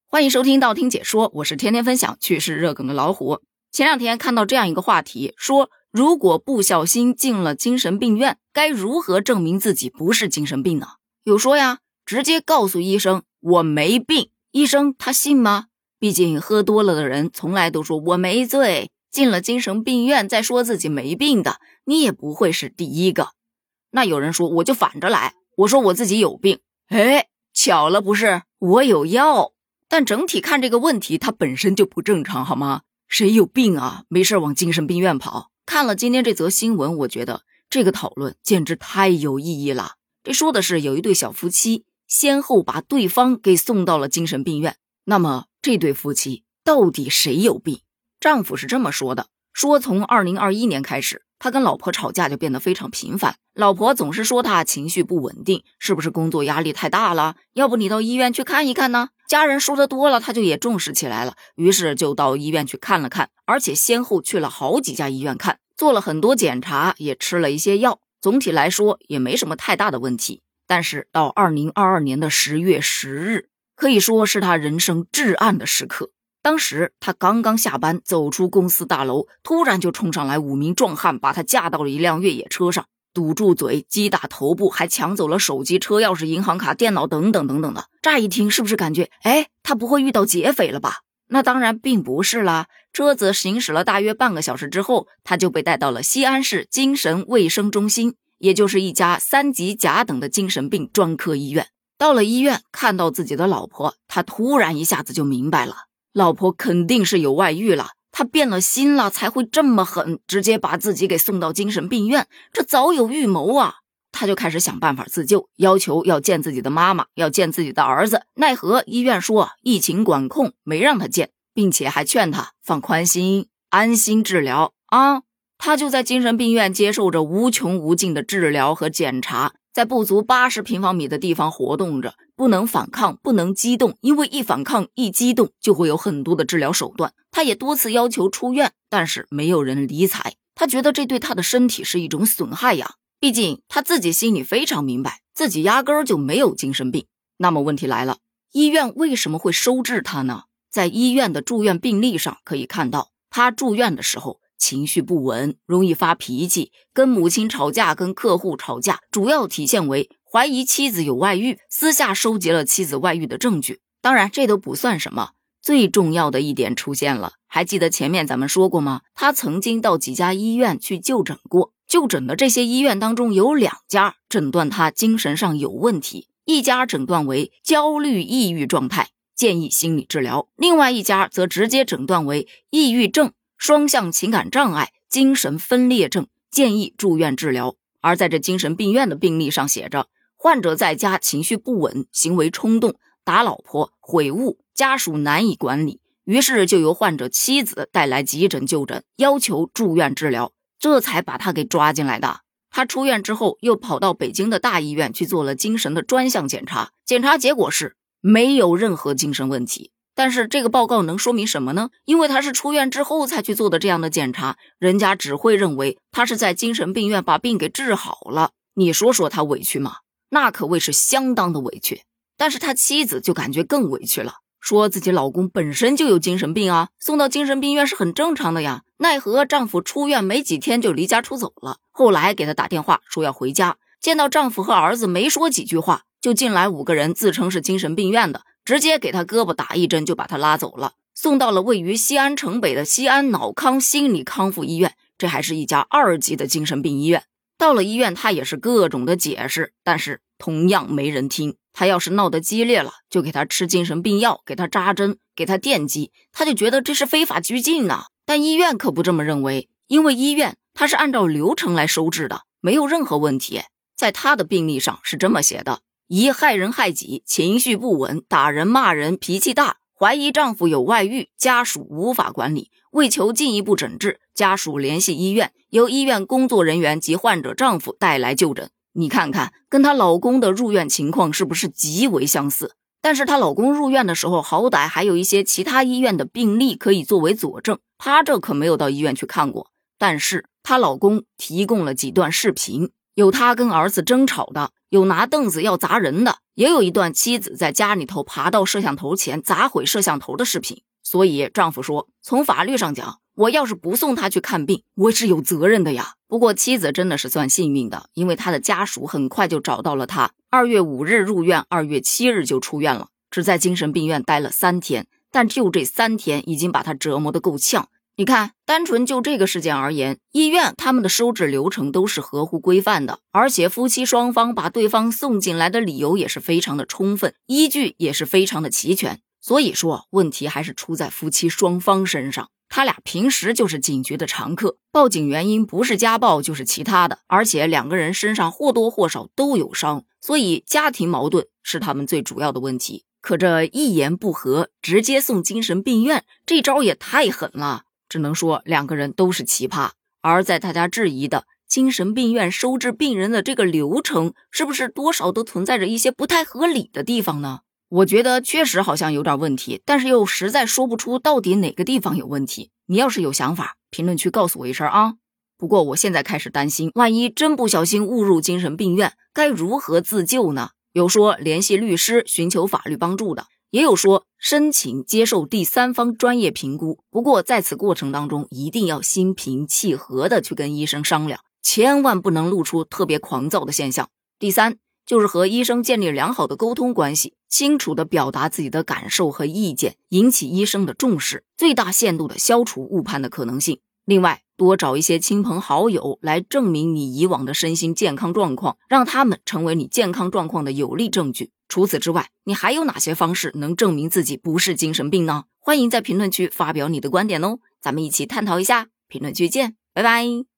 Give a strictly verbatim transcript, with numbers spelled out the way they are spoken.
欢迎收听道听解说，我是天天分享趣事热梗的老虎。前两天看到这样一个话题，说如果不小心进了精神病院，该如何证明自己不是精神病呢？有说呀，直接告诉医生我没病，医生他信吗？毕竟喝多了的人从来都说我没醉，进了精神病院再说自己没病的，你也不会是第一个。那有人说我就反着来，我说我自己有病，哎，巧了不是，我有药。但整体看这个问题它本身就不正常好吗？谁有病啊，没事往精神病院跑。看了今天这则新闻，我觉得这个讨论简直太有意义了。这说的是有一对小夫妻先后把对方给送到了精神病院，那么这对夫妻到底谁有病？丈夫是这么说的，说从二零二一年开始，他跟老婆吵架就变得非常频繁，老婆总是说他情绪不稳定，是不是工作压力太大了？要不你到医院去看一看呢？家人说的多了，他就也重视起来了，于是就到医院去看了看，而且先后去了好几家医院看，做了很多检查，也吃了一些药，总体来说也没什么太大的问题。但是到二零二二年的十月十日，可以说是他人生至暗的时刻。当时他刚刚下班，走出公司大楼，突然就冲上来五名壮汉，把他架到了一辆越野车上，堵住嘴，击打头部，还抢走了手机、车钥匙、银行卡、电脑等等等等的。乍一听是不是感觉，哎，他不会遇到劫匪了吧？那当然并不是啦。车子行驶了大约半个小时之后，他就被带到了西安市精神卫生中心，也就是一家三级甲等的精神病专科医院。到了医院，看到自己的老婆，他突然一下子就明白了，老婆肯定是有外遇了，他变了心了，才会这么狠，直接把自己给送到精神病院，这早有预谋啊。他就开始想办法自救，要求要见自己的妈妈，要见自己的儿子，奈何医院说疫情管控，没让他见，并且还劝他放宽心，安心治疗啊。他就在精神病院接受着无穷无尽的治疗和检查，在不足八十平方米的地方活动着，不能反抗，不能激动，因为一反抗一激动就会有很多的治疗手段。他也多次要求出院，但是没有人理睬，他觉得这对他的身体是一种损害呀。毕竟他自己心里非常明白，自己压根儿就没有精神病。那么问题来了，医院为什么会收治他呢？在医院的住院病历上可以看到，他住院的时候情绪不稳，容易发脾气，跟母亲吵架，跟客户吵架，主要体现为怀疑妻子有外遇，私下收集了妻子外遇的证据。当然这都不算什么，最重要的一点出现了，还记得前面咱们说过吗？他曾经到几家医院去就诊过，就诊的这些医院当中有两家诊断他精神上有问题，一家诊断为焦虑抑郁状态，建议心理治疗，另外一家则直接诊断为抑郁症、双向情感障碍、精神分裂症，建议住院治疗。而在这精神病院的病历上写着，患者在家情绪不稳，行为冲动，打老婆，悔悟，家属难以管理，于是就由患者妻子带来急诊就诊，要求住院治疗，这才把他给抓进来的。他出院之后又跑到北京的大医院去做了精神的专项检查，检查结果是没有任何精神问题。但是这个报告能说明什么呢？因为他是出院之后才去做的这样的检查，人家只会认为他是在精神病院把病给治好了。你说说他委屈吗？那可谓是相当的委屈。但是他妻子就感觉更委屈了，说自己老公本身就有精神病啊，送到精神病院是很正常的呀。奈何丈夫出院没几天就离家出走了，后来给他打电话说要回家，见到丈夫和儿子没说几句话，就进来五个人自称是精神病院的，直接给他胳膊打一针就把他拉走了，送到了位于西安城北的西安脑康心理康复医院，这还是一家二级的精神病医院。到了医院他也是各种的解释，但是同样没人听。他要是闹得激烈了，就给他吃精神病药，给他扎针，给他电击，他就觉得这是非法拘禁呢。但医院可不这么认为，因为医院他是按照流程来收治的，没有任何问题。在他的病历上是这么写的，疑害人害己，情绪不稳，打人骂人，脾气大，怀疑丈夫有外遇，家属无法管理，为求进一步诊治，家属联系医院，由医院工作人员及患者丈夫带来就诊。你看看跟她老公的入院情况是不是极为相似？但是她老公入院的时候好歹还有一些其他医院的病历可以作为佐证，她这可没有到医院去看过。但是她老公提供了几段视频，有她跟儿子争吵的， 有拿凳子要砸人的，也有一段妻子在家里头爬到摄像头前砸毁摄像头的视频。所以丈夫说，从法律上讲，我要是不送他去看病，我是有责任的呀。不过妻子真的是算幸运的，因为他的家属很快就找到了他，二月五日入院，二月七日就出院了，只在精神病院待了三天，但就这三天已经把他折磨得够呛。你看，单纯就这个事件而言，医院他们的收治流程都是合乎规范的，而且夫妻双方把对方送进来的理由也是非常的充分，依据也是非常的齐全。所以说，问题还是出在夫妻双方身上。他俩平时就是警局的常客，报警原因不是家暴就是其他的，而且两个人身上或多或少都有伤，所以家庭矛盾是他们最主要的问题。可这一言不合直接送精神病院，这招也太狠了，只能说两个人都是奇葩。而在大家质疑的精神病院收治病人的这个流程，是不是多少都存在着一些不太合理的地方呢？我觉得确实好像有点问题，但是又实在说不出到底哪个地方有问题。你要是有想法，评论区告诉我一声啊。不过我现在开始担心，万一真不小心误入精神病院，该如何自救呢？有说联系律师寻求法律帮助的，也有说申请接受第三方专业评估。不过在此过程当中，一定要心平气和的去跟医生商量，千万不能露出特别狂躁的现象。第三，就是和医生建立良好的沟通关系，清楚地表达自己的感受和意见，引起医生的重视，最大限度地消除误判的可能性。另外，多找一些亲朋好友来证明你以往的身心健康状况，让他们成为你健康状况的有力证据。除此之外，你还有哪些方式能证明自己不是精神病呢？欢迎在评论区发表你的观点哦，咱们一起探讨一下。评论区见，拜拜。